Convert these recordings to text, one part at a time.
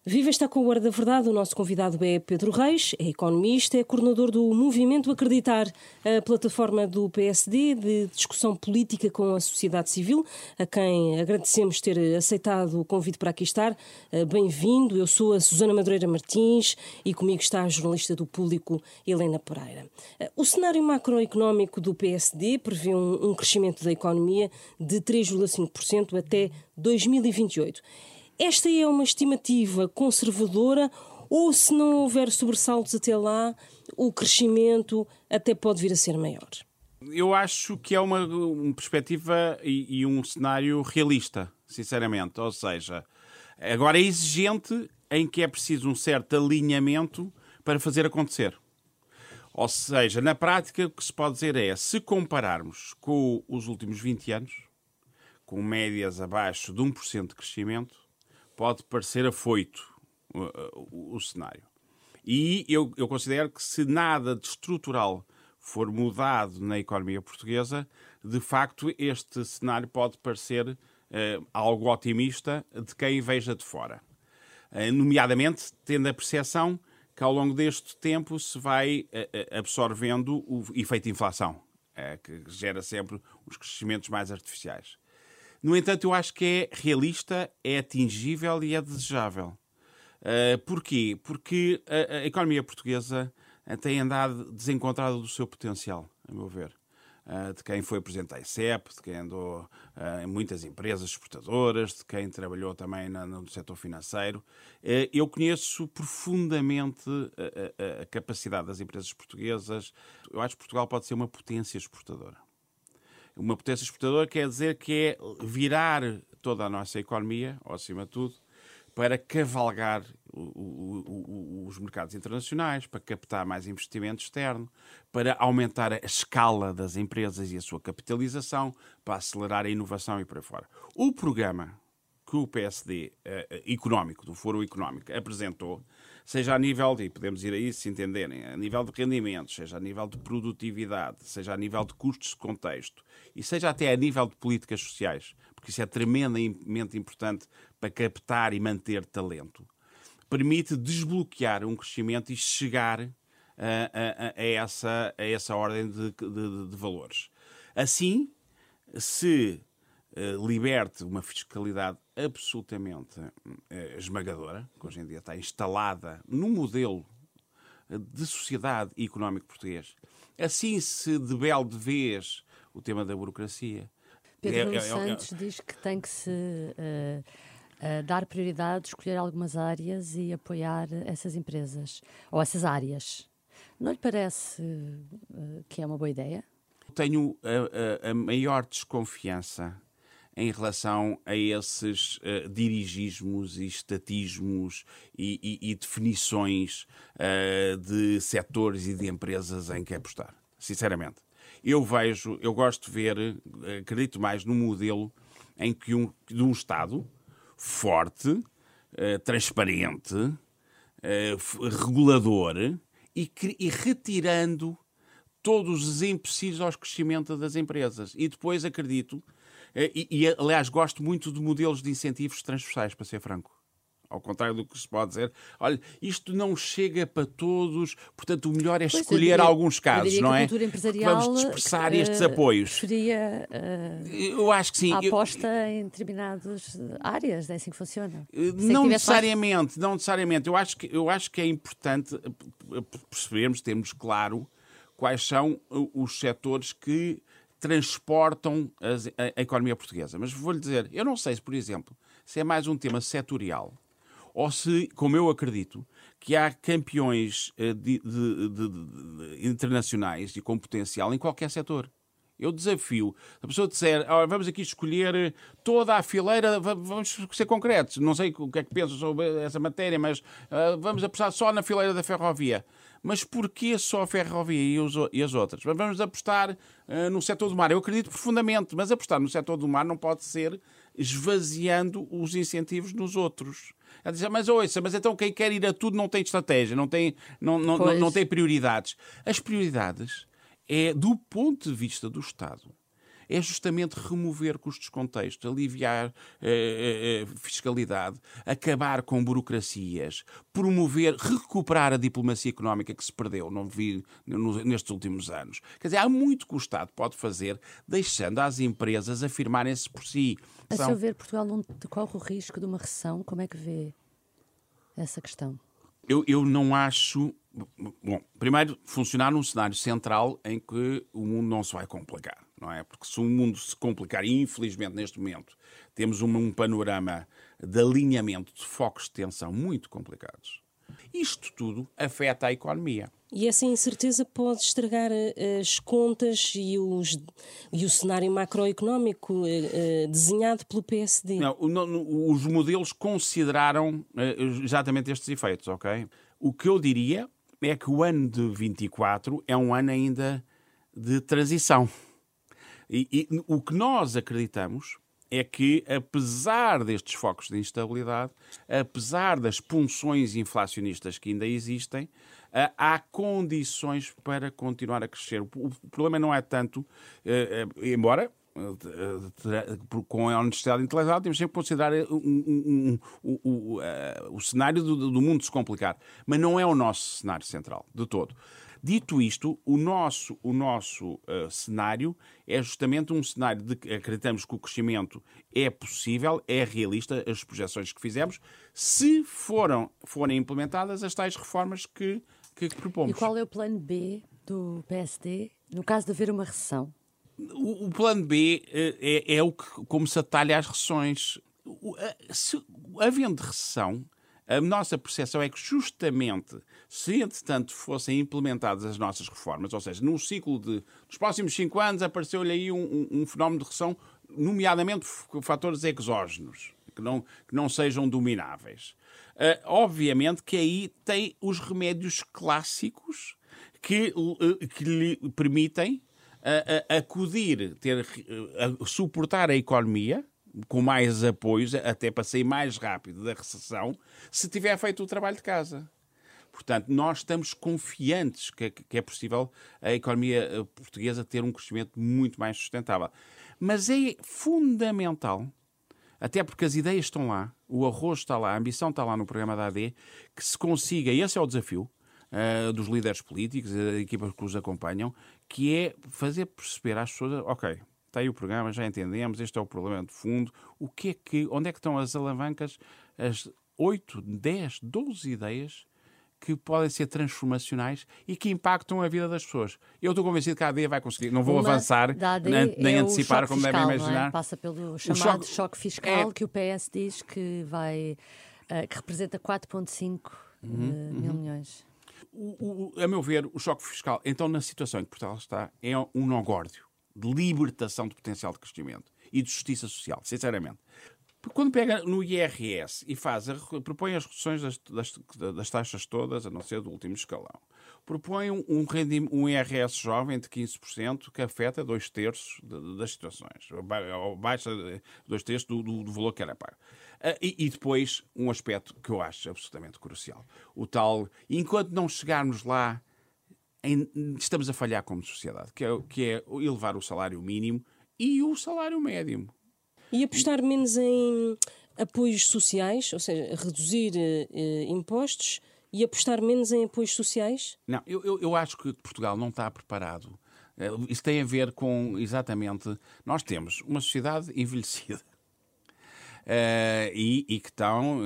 Viva, está com o Hora da Verdade. O nosso convidado é Pedro Reis, é economista, é coordenador do Movimento Acreditar, a plataforma do PSD de discussão política com a sociedade civil, a quem agradecemos ter aceitado o convite para aqui estar. Bem-vindo, eu sou a Susana Madureira Martins e comigo está a jornalista do Público, Helena Pereira. O cenário macroeconómico do PSD prevê um crescimento da economia de 3,5% até 2028. Esta é uma estimativa conservadora ou, se não houver sobressaltos até lá, o crescimento até pode vir a ser maior? Eu acho que é uma perspectiva e um cenário realista, sinceramente. Ou seja, agora é exigente em que é preciso um certo alinhamento para fazer acontecer. Ou seja, na prática, o que se pode dizer é, se compararmos com os últimos 20 anos, com médias abaixo de 1% de crescimento, pode parecer afoito o cenário. E eu considero que se nada de estrutural for mudado na economia portuguesa, de facto este cenário pode parecer algo otimista de quem veja de fora. Nomeadamente, tendo a percepção que ao longo deste tempo se vai absorvendo o efeito inflação, que gera sempre os crescimentos mais artificiais. No entanto, eu acho que é realista, é atingível e é desejável. Porquê? Porque a economia portuguesa tem andado desencontrada do seu potencial, a meu ver. De quem foi presidente da ICEP, de quem andou em muitas empresas exportadoras, de quem trabalhou também no setor financeiro. Eu conheço profundamente a capacidade das empresas portuguesas. Eu acho que Portugal pode ser uma potência exportadora. Uma potência exportadora quer dizer que é virar toda a nossa economia, ou acima de tudo, para cavalgar os mercados internacionais, para captar mais investimento externo, para aumentar a escala das empresas e a sua capitalização, para acelerar a inovação e por aí fora. O programa que o PSD económico, do Foro Económico, apresentou, seja a nível de, podemos ir a isso se entenderem, a nível de rendimentos, seja a nível de produtividade, seja a nível de custos de contexto e seja até a nível de políticas sociais, porque isso é tremendamente importante para captar e manter talento, permite desbloquear um crescimento e chegar a essa ordem de valores. Assim, se liberte uma fiscalidade absolutamente esmagadora, que hoje em dia está instalada no modelo de sociedade e económico português. Assim se debele de vez o tema da burocracia. Pedro Santos diz que tem que se dar prioridade, escolher algumas áreas e apoiar essas empresas, ou essas áreas. Não lhe parece que é uma boa ideia? Tenho a maior desconfiança em relação a esses dirigismos e estatismos e definições de setores e de empresas em que apostar. Sinceramente. Eu gosto de ver, acredito mais no modelo em que de um Estado forte, transparente, regulador e retirando todos os empecilhos ao crescimento das empresas. E depois acredito, aliás, gosto muito de modelos de incentivos transversais, para ser franco. Ao contrário do que se pode dizer, olha, isto não chega para todos, portanto o melhor é escolher alguns casos, não é? A cultura empresarial vamos dispersar estes apoios. Seria eu acho que sim. A aposta em determinadas áreas, é assim que funciona? Não necessariamente. Eu acho que é importante percebermos, termos claro quais são os setores que transportam a economia portuguesa. Mas vou-lhe dizer, eu não sei se, por exemplo, se é mais um tema setorial ou se, como eu acredito, que há campeões internacionais e com potencial em qualquer setor. Eu desafio, a pessoa disser, vamos aqui escolher toda a fileira, vamos ser concretos, não sei o que é que pensa sobre essa matéria, mas vamos apostar só na fileira da ferrovia. Mas porquê só a ferrovia e as outras? Vamos apostar no setor do mar. Eu acredito profundamente, mas apostar no setor do mar não pode ser esvaziando os incentivos nos outros. Ela diz, mas então quem quer ir a tudo não tem estratégia, não tem prioridades. As prioridades é do ponto de vista do Estado. é justamente remover custos de contexto, aliviar fiscalidade, acabar com burocracias, promover, recuperar a diplomacia económica que se perdeu nestes últimos anos. Quer dizer, há muito que o Estado pode fazer, deixando às empresas afirmarem-se por si. A seu ver, Portugal não corre o risco de uma recessão? Como é que vê essa questão? Eu não acho... Bom, primeiro, funcionar num cenário central em que o mundo não se vai complicar, não é? Porque se o mundo se complicar, e infelizmente neste momento temos um panorama de alinhamento de focos de tensão muito complicados, isto tudo afeta a economia. E essa incerteza pode estragar as contas e o cenário macroeconómico desenhado pelo PSD? Não, os modelos consideraram exatamente estes efeitos, ok? O que eu diria é que o ano de 24 é um ano ainda de transição. E o que nós acreditamos é que, apesar destes focos de instabilidade, apesar das punções inflacionistas que ainda existem, há condições para continuar a crescer. O problema não é tanto, embora com a honestidade intelectual temos sempre que considerar o cenário do mundo se complicar, mas não é o nosso cenário central, de todo. Dito isto, o nosso cenário é justamente um cenário de que acreditamos que o crescimento é possível, é realista, as projeções que fizemos, se forem implementadas as tais reformas que propomos. E qual é o plano B do PSD no caso de haver uma recessão? O plano B é como se atalha às recessões. Havendo recessão, a nossa percepção é que justamente se, entretanto, fossem implementadas as nossas reformas, ou seja, num ciclo dos próximos 5 anos apareceu-lhe aí um fenómeno de recessão, nomeadamente fatores exógenos, que não sejam domináveis. Obviamente que aí tem os remédios clássicos que lhe permitem acudir, suportar a economia com mais apoios, até para sair mais rápido da recessão, se tiver feito o trabalho de casa. Portanto, nós estamos confiantes que é possível a economia portuguesa ter um crescimento muito mais sustentável. Mas é fundamental, até porque as ideias estão lá, o arroz está lá, a ambição está lá no programa da AD, que se consiga, e esse é o desafio dos líderes políticos e das equipas que os acompanham, que é fazer perceber às pessoas, ok, está aí o programa, já entendemos, este é o problema de fundo, onde é que estão as alavancas, as 8, 10, 12 ideias que podem ser transformacionais e que impactam a vida das pessoas. Eu estou convencido que a AD vai conseguir. Não vou avançar, nem antecipar, como devem imaginar. Passa pelo chamado choque fiscal, que o PS diz que que representa 4,5 mil milhões. A meu ver, o choque fiscal, então, na situação em que Portugal está, é um nó-górdio de libertação de potencial de crescimento e de justiça social, sinceramente. Quando pega no IRS e propõe as reduções das taxas todas, a não ser do último escalão, propõe um IRS jovem de 15% que afeta 2/3 das situações, ou baixa 2/3 do valor que era pago. E depois um aspecto que eu acho absolutamente crucial. O tal, enquanto não chegarmos lá, estamos a falhar como sociedade, que é elevar o salário mínimo e o salário médio. E apostar menos em apoios sociais, ou seja, reduzir impostos e apostar menos em apoios sociais? Não, eu acho que Portugal não está preparado. Isso tem a ver com, exatamente, nós temos uma sociedade envelhecida e que estão...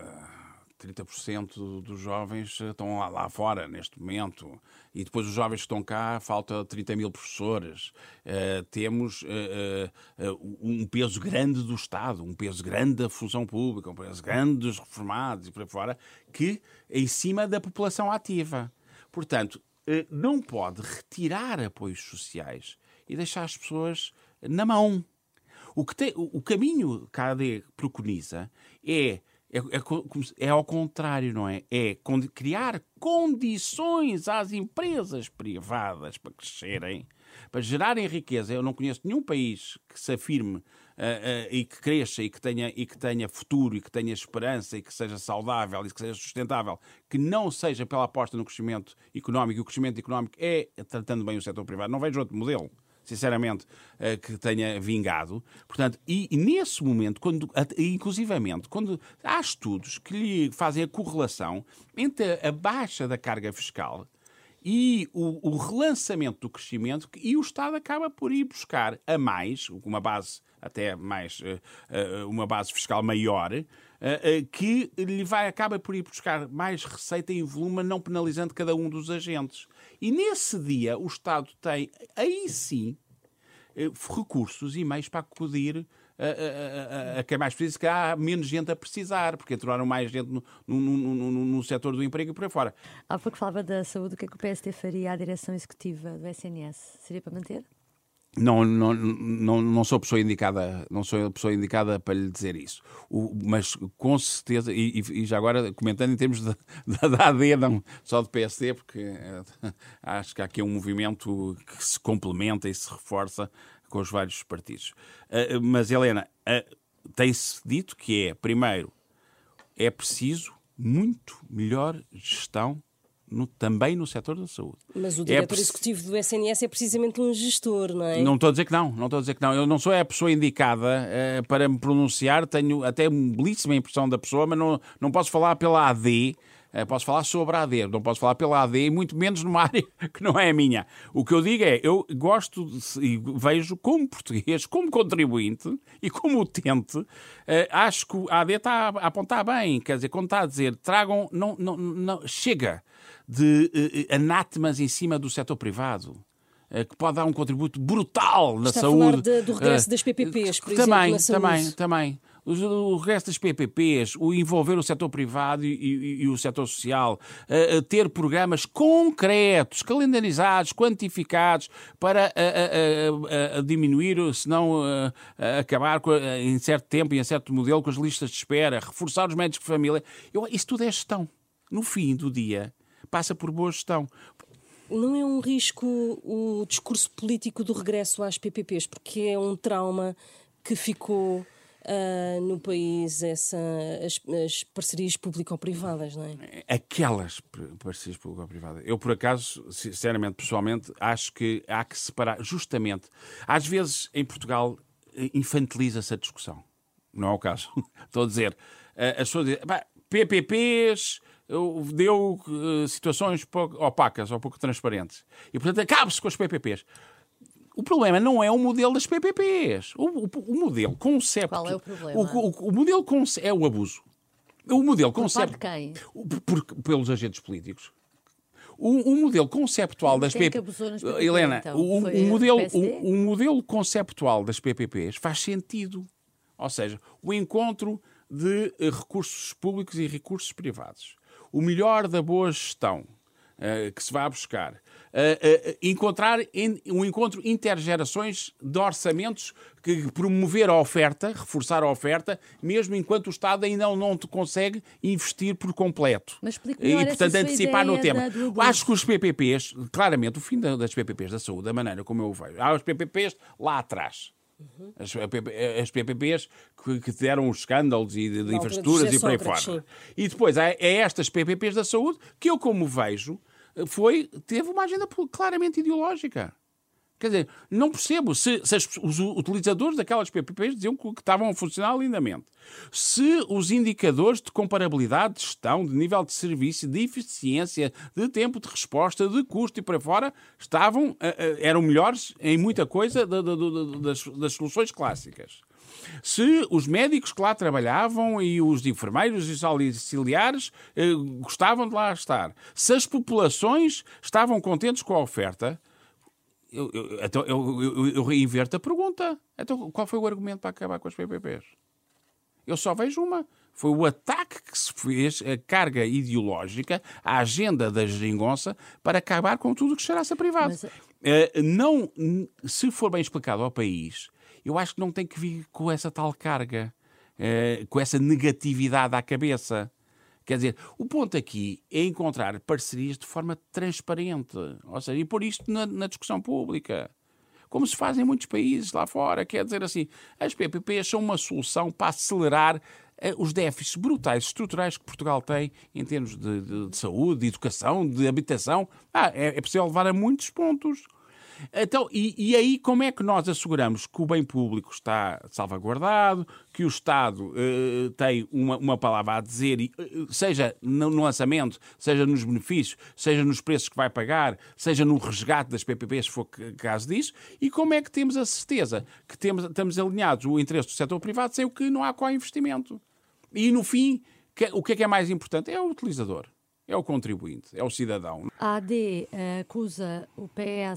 30% dos jovens estão lá fora neste momento, e depois os jovens que estão cá, falta 30 mil professores. Temos um peso grande do Estado, um peso grande da função pública, um peso grande dos reformados e por aí fora, que em cima da população ativa. Portanto, não pode retirar apoios sociais e deixar as pessoas na mão. O caminho que a AD preconiza é ao contrário, não é? É criar condições às empresas privadas para crescerem, para gerarem riqueza. Eu não conheço nenhum país que se afirme e que cresça e que tenha futuro e que tenha esperança e que seja saudável e que seja sustentável, que não seja pela aposta no crescimento económico. E o crescimento económico é tratando bem o setor privado. Não vejo outro modelo, sinceramente, que tenha vingado. Portanto, e nesse momento, inclusivamente, quando há estudos que lhe fazem a correlação entre a baixa da carga fiscal e o relançamento do crescimento, e o Estado acaba por ir buscar a mais, uma base até mais, uma base fiscal maior, que acaba por ir buscar mais receita em volume, não penalizando cada um dos agentes. E nesse dia o Estado tem, aí sim, recursos e meios para acudir a quem mais precisa, que há menos gente a precisar, porque entraram mais gente no setor do emprego e por aí fora. Há pouco falava da saúde, o que é que o PSD faria à direção executiva do SNS? Seria para manter? Não sou a pessoa indicada, não sou a pessoa indicada para lhe dizer isso. Mas com certeza, e já agora comentando em termos da AD, não só do PSD, porque acho que há aqui um movimento que se complementa e se reforça com os vários partidos. Mas, Helena, tem-se dito que primeiro, é preciso muito melhor gestão também no setor da saúde. Mas o diretor executivo do SNS é precisamente um gestor, não é? Não estou a dizer que não. Eu não sou a pessoa indicada para me pronunciar. Tenho até uma belíssima impressão da pessoa, mas não posso falar pela AD. Posso falar sobre a AD, não posso falar pela AD, e muito menos numa área que não é a minha. O que eu digo eu gosto e vejo como português, como contribuinte e como utente, acho que a AD está a apontar bem. Quer dizer, quando está a dizer, tragam, não, chega de anátemas em cima do setor privado, que pode dar um contributo brutal na saúde. Está a falar do regresso das PPPs, por exemplo, na saúde. Também. O resto das PPPs, o envolver o setor privado e o setor social, ter programas concretos, calendarizados, quantificados, para diminuir, se não acabar em certo tempo e em certo modelo com as listas de espera, reforçar os médicos de família. Isso tudo é gestão. No fim do dia, passa por boa gestão. Não é um risco o discurso político do regresso às PPPs, porque é um trauma que ficou no país, as parcerias público-privadas, não é? Aquelas parcerias público-privadas. Eu, por acaso, sinceramente, pessoalmente, acho que há que separar, justamente. Às vezes, em Portugal, infantiliza-se a discussão. Não é o caso. Estou a dizer, as pessoas dizem, PPPs deu situações pouco opacas ou pouco transparentes. E, portanto, acabe-se com as PPPs. O problema não é o modelo das PPPs. O modelo conceito. Qual é o problema? O modelo é o abuso. O modelo conceito. Por parte de quem? Pelos agentes políticos. O modelo conceptual das PPPs. Helena, então? o modelo conceptual das PPPs faz sentido. Ou seja, o encontro de recursos públicos e recursos privados. O melhor da boa gestão que se vai buscar. Encontrar um encontro intergerações de orçamentos que promover a oferta, reforçar a oferta, mesmo enquanto o Estado ainda não consegue investir por completo. Mas e, portanto, antecipar no tema. Acho que os PPPs, claramente, o fim das PPPs da saúde, da maneira como eu o vejo, há os PPPs lá atrás. As PPPs que deram os escândalos e de infraestruturas e por aí fora. Sim. E depois é estas PPPs da saúde que eu, como vejo, teve uma agenda claramente ideológica. Quer dizer, não percebo se os utilizadores daquelas PPPs diziam que estavam a funcionar lindamente. Se os indicadores de comparabilidade, de gestão, de nível de serviço, de eficiência, de tempo de resposta, de custo e por aí fora, eram melhores em muita coisa das soluções clássicas. Se os médicos que lá trabalhavam e os enfermeiros e os auxiliares gostavam de lá estar. Se as populações estavam contentes com a oferta, eu reinverto a pergunta. Então, qual foi o argumento para acabar com as PPPs? Eu só vejo uma. Foi o ataque que se fez, a carga ideológica, a agenda da geringonça para acabar com tudo que cheirasse a privado. Se for bem explicado ao país, eu acho que não tem que vir com essa tal carga, com essa negatividade à cabeça. Quer dizer, o ponto aqui é encontrar parcerias de forma transparente, ou seja, e pôr isto na discussão pública, como se faz em muitos países lá fora. Quer dizer assim, as PPPs são uma solução para acelerar os déficits brutais estruturais que Portugal tem em termos de saúde, de educação, de habitação. É possível levar a muitos pontos. Então, e aí como é que nós asseguramos que o bem público está salvaguardado, que o Estado tem uma palavra a dizer, seja no lançamento, seja nos benefícios, seja nos preços que vai pagar, seja no resgate das PPPs, se for caso disso, e como é que temos a certeza que estamos alinhados o interesse do setor privado sem o que não há co-investimento. E, no fim, o que é mais importante? É o utilizador. É o contribuinte, é o cidadão. A AD acusa o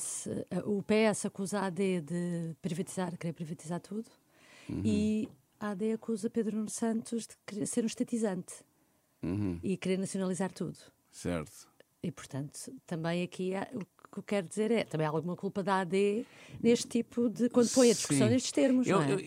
PS acusa a AD de querer privatizar tudo, e a AD acusa Pedro Nuno Santos de querer ser um estatizante e querer nacionalizar tudo. Certo. E, portanto, também aqui o que eu quero dizer é, também há alguma culpa da AD neste tipo de, quando põe a discussão nestes termos, não é?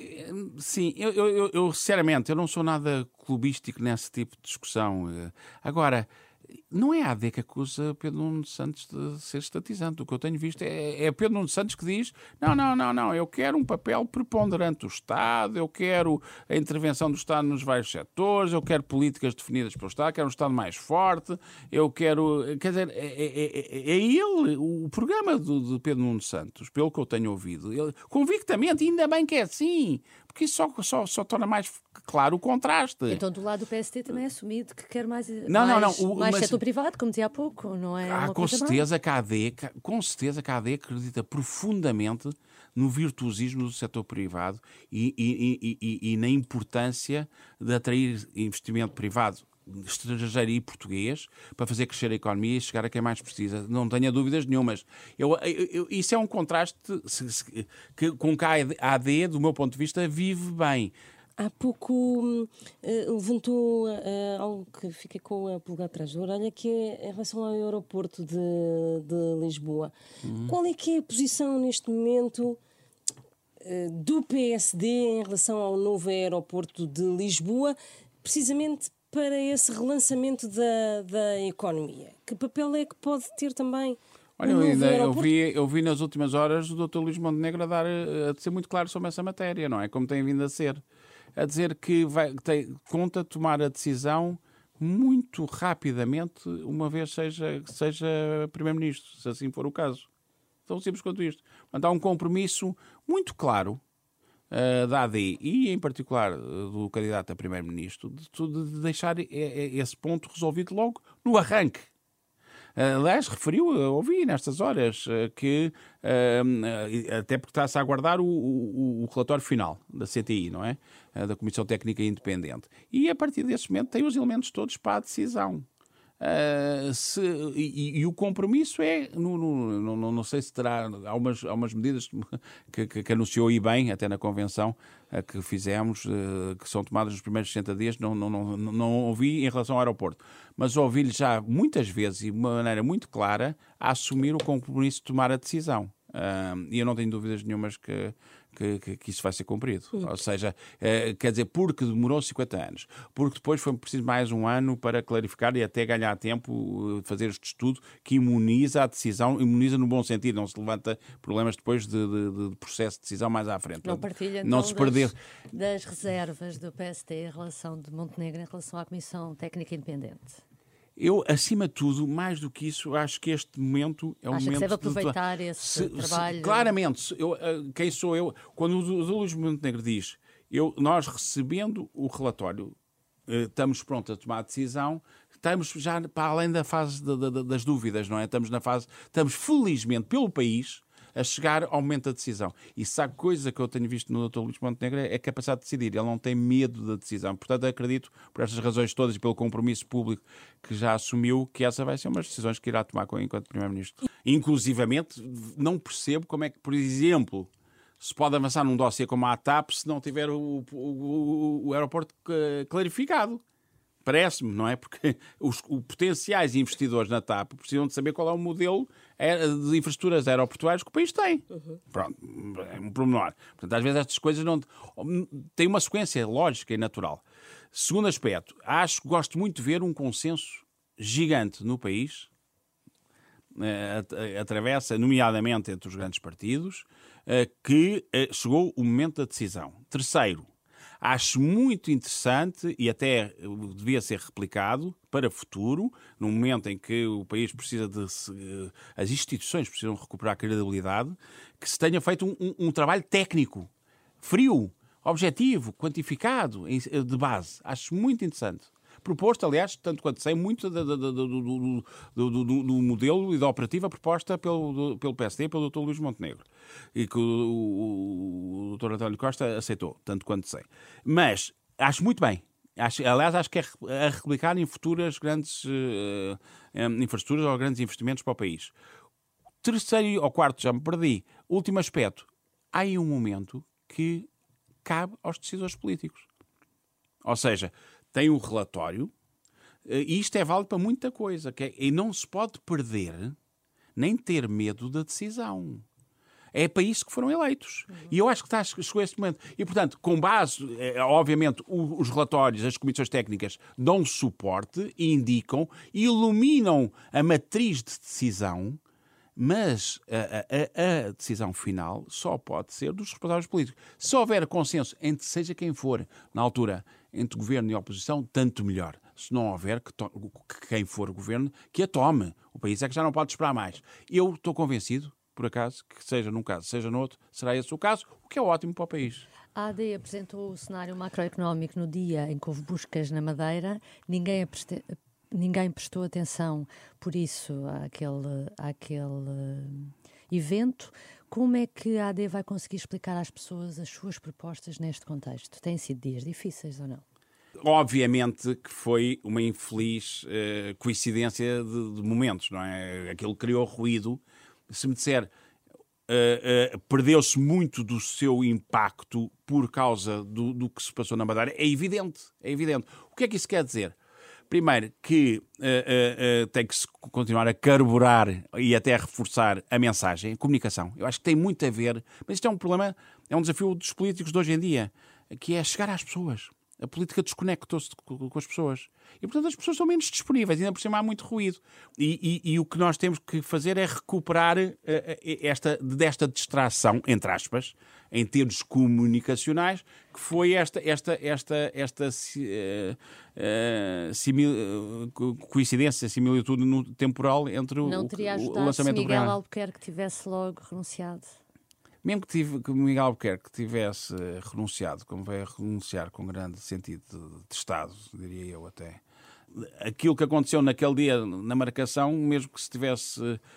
Eu sinceramente, eu não sou nada clubístico nesse tipo de discussão. Agora, não é a AD que acusa Pedro Nuno Santos de ser estatizante. O que eu tenho visto é Pedro Nuno Santos que diz não, eu quero um papel preponderante do Estado, eu quero a intervenção do Estado nos vários setores, eu quero políticas definidas pelo Estado, quero um Estado mais forte, eu quero... Quer dizer, é ele, o programa de Pedro Nuno Santos, pelo que eu tenho ouvido, ele, convictamente, ainda bem que é assim, porque isso só torna mais claro o contraste. Então, do lado do PSD também é assumido que quer mais setor privado, como dizia há pouco, não é? Com certeza que a AD acredita profundamente no virtuosismo do setor privado e na importância de atrair investimento privado estrangeiro e português para fazer crescer a economia e chegar a quem mais precisa. Não tenha dúvidas nenhumas. Isso é um contraste com que a AD, do meu ponto de vista, vive bem. Há pouco levantou algo que fiquei com a pulga atrás da orelha, que é em relação ao aeroporto de Lisboa. Qual é que é a posição neste momento do PSD em relação ao novo aeroporto de Lisboa, precisamente para esse relançamento da economia? Que papel é que pode ter também? Olha, eu vi nas últimas horas o Dr. Luís Montenegro a ser muito claro sobre essa matéria, não é? Como tem vindo a ser. A dizer que conta tomar a decisão muito rapidamente, uma vez seja Primeiro-Ministro, se assim for o caso. Tão simples quanto isto. Portanto, há um compromisso muito claro da AD e, em particular, do candidato a Primeiro-Ministro, de deixar esse ponto resolvido logo no arranque. Aliás, ouvi nestas horas que, até porque está-se a aguardar o relatório final da CTI, não é? Da Comissão Técnica Independente. E a partir desse momento tem os elementos todos para a decisão. E o compromisso é, não sei se terá, há umas medidas que anunciou aí bem, até na convenção que fizemos, que são tomadas nos primeiros 60 dias, não ouvi em relação ao aeroporto, mas ouvi-lhe já muitas vezes e de uma maneira muito clara a assumir o compromisso de tomar a decisão. E eu não tenho dúvidas nenhumas que isso vai ser cumprido. Ou seja, quer dizer, porque demorou 50 anos, porque depois foi preciso mais um ano para clarificar e até ganhar tempo de fazer este estudo que imuniza a decisão, imuniza no bom sentido, não se levanta problemas depois de processo de decisão mais à frente. Não partilha, então, não se perder das reservas do PSD em relação de Montenegro em relação à Comissão Técnica Independente? Eu, acima de tudo, mais do que isso, acho que este momento é um momento... Acha que deve aproveitar esse trabalho? Claramente. Quem sou eu? Quando o Luís Montenegro diz nós recebendo o relatório, estamos prontos a tomar a decisão, estamos já para além da fase das dúvidas, não é? Estamos felizmente pelo país a chegar ao momento da decisão. E se há coisa que eu tenho visto no Dr. Luís Montenegro é a capacidade de decidir. Ele não tem medo da decisão. Portanto, acredito, por estas razões todas e pelo compromisso público que já assumiu, que essa vai ser uma das decisões que irá tomar enquanto Primeiro-Ministro. Inclusivamente, não percebo como é que, por exemplo, se pode avançar num dossiê como a TAP se não tiver o aeroporto clarificado. Parece-me, não é? Porque os potenciais investidores na TAP precisam de saber qual é o modelo de infraestruturas aeroportuárias que o país tem. Pronto, é um pormenor. Portanto, às vezes estas coisas não têm uma sequência lógica e natural. Segundo aspecto, gosto muito de ver um consenso gigante no país, atravessa, nomeadamente entre os grandes partidos, que chegou o momento da decisão. Terceiro, Acho muito interessante e até devia ser replicado para o futuro, no momento em que o país precisa as instituições precisam recuperar a credibilidade, que se tenha feito um trabalho técnico, frio, objetivo, quantificado, de base. Acho muito interessante. Proposto, aliás, tanto quanto sei, muito do modelo e da operativa proposta pelo PSD, pelo Dr. Luís Montenegro, e que o Dr. António Costa aceitou, tanto quanto sei. Mas acho muito bem. Aliás, acho que é a replicar em futuras grandes infraestruturas ou grandes investimentos para o país. Terceiro ou quarto, já me perdi. Último aspecto. Há aí um momento que cabe aos decisores políticos. Ou seja, tem um relatório, e isto é válido para muita coisa, e não se pode perder nem ter medo da decisão. É para isso que foram eleitos. E eu acho que chegou esse momento. E, portanto, com base, obviamente, os relatórios, as comissões técnicas dão suporte, indicam, iluminam a matriz de decisão, mas a decisão final só pode ser dos responsáveis políticos. Se houver consenso entre seja quem for, na altura, entre governo e oposição, tanto melhor. Se não houver, que quem for governo, que a tome. O país é que já não pode esperar mais. Eu estou convencido, por acaso, que seja num caso, seja no outro, será esse o caso, o que é ótimo para o país. A AD apresentou o cenário macroeconómico no dia em que houve buscas na Madeira. Ninguém prestou atenção, por isso, àquele evento. Como é que a AD vai conseguir explicar às pessoas as suas propostas neste contexto? Têm sido dias difíceis ou não? Obviamente que foi uma infeliz coincidência de momentos, não é? Aquilo criou ruído. Se me disser, perdeu-se muito do seu impacto por causa do que se passou na Madeira, é evidente, é evidente. O que é que isso quer dizer? Primeiro, que tem que se continuar a carburar e até reforçar a mensagem, a comunicação. Eu acho que tem muito a ver, mas isto é um problema, é um desafio dos políticos de hoje em dia, que é chegar às pessoas. A política desconectou-se com as pessoas. E, portanto, as pessoas são menos disponíveis. Ainda por cima há muito ruído. E o que nós temos que fazer é recuperar desta distração, entre aspas, em termos comunicacionais, que foi esta coincidência, similitude no temporal entre o lançamento do programa. Não teria ajudado se Miguel Albuquerque tivesse logo renunciado? Mesmo que o Miguel Albuquerque tivesse renunciado, como veio a renunciar com grande sentido de Estado, diria eu até, aquilo que aconteceu naquele dia na marcação, mesmo que se tivesse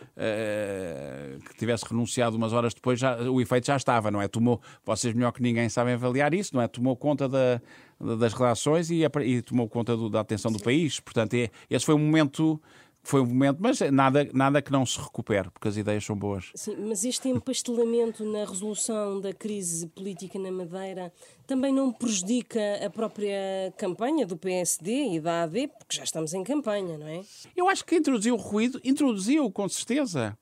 renunciado umas horas depois, o efeito já estava, não é? Vocês melhor que ninguém sabem avaliar isso, não é? Tomou conta das relações e tomou conta da atenção do país. Portanto, esse foi um momento... mas nada que não se recupere, porque as ideias são boas. Sim, mas este empastelamento na resolução da crise política na Madeira também não prejudica a própria campanha do PSD e da AD, porque já estamos em campanha, não é? Eu acho que introduziu ruído, com certeza.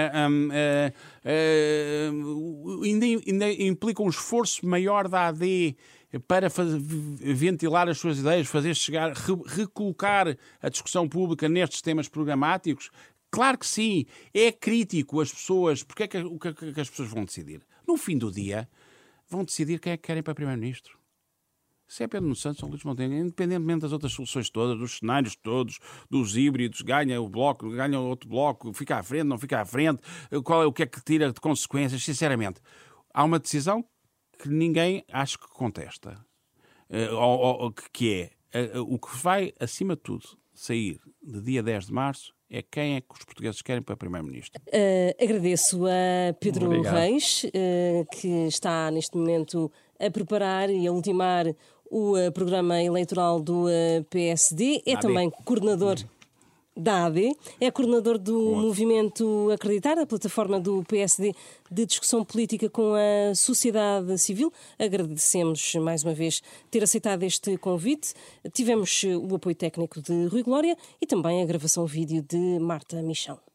Ainda implica um esforço maior da AD para ventilar as suas ideias, fazer chegar, recolocar a discussão pública nestes temas programáticos. Claro que sim, é crítico as pessoas. Porque o que é que as pessoas vão decidir? No fim do dia, vão decidir quem é que querem para Primeiro-Ministro. Se é Pedro Nuno Santos ou Luís Montenegro, independentemente das outras soluções todas, dos cenários todos, dos híbridos, ganha o bloco, ganha o outro bloco, fica à frente, não fica à frente, o que é que tira de consequências, sinceramente. Há uma decisão que ninguém acho que contesta, que é o que vai, acima de tudo, sair de dia 10 de março é quem é que os portugueses querem para Primeiro-Ministro. Agradeço a Pedro Reis, que está neste momento a preparar e a ultimar o programa eleitoral do PSD, é também coordenador da AD, é coordenador do Movimento Acreditar, a plataforma do PSD de discussão política com a sociedade civil. Agradecemos mais uma vez ter aceitado este convite. Tivemos o apoio técnico de Rui Glória e também a gravação vídeo de Marta Michão.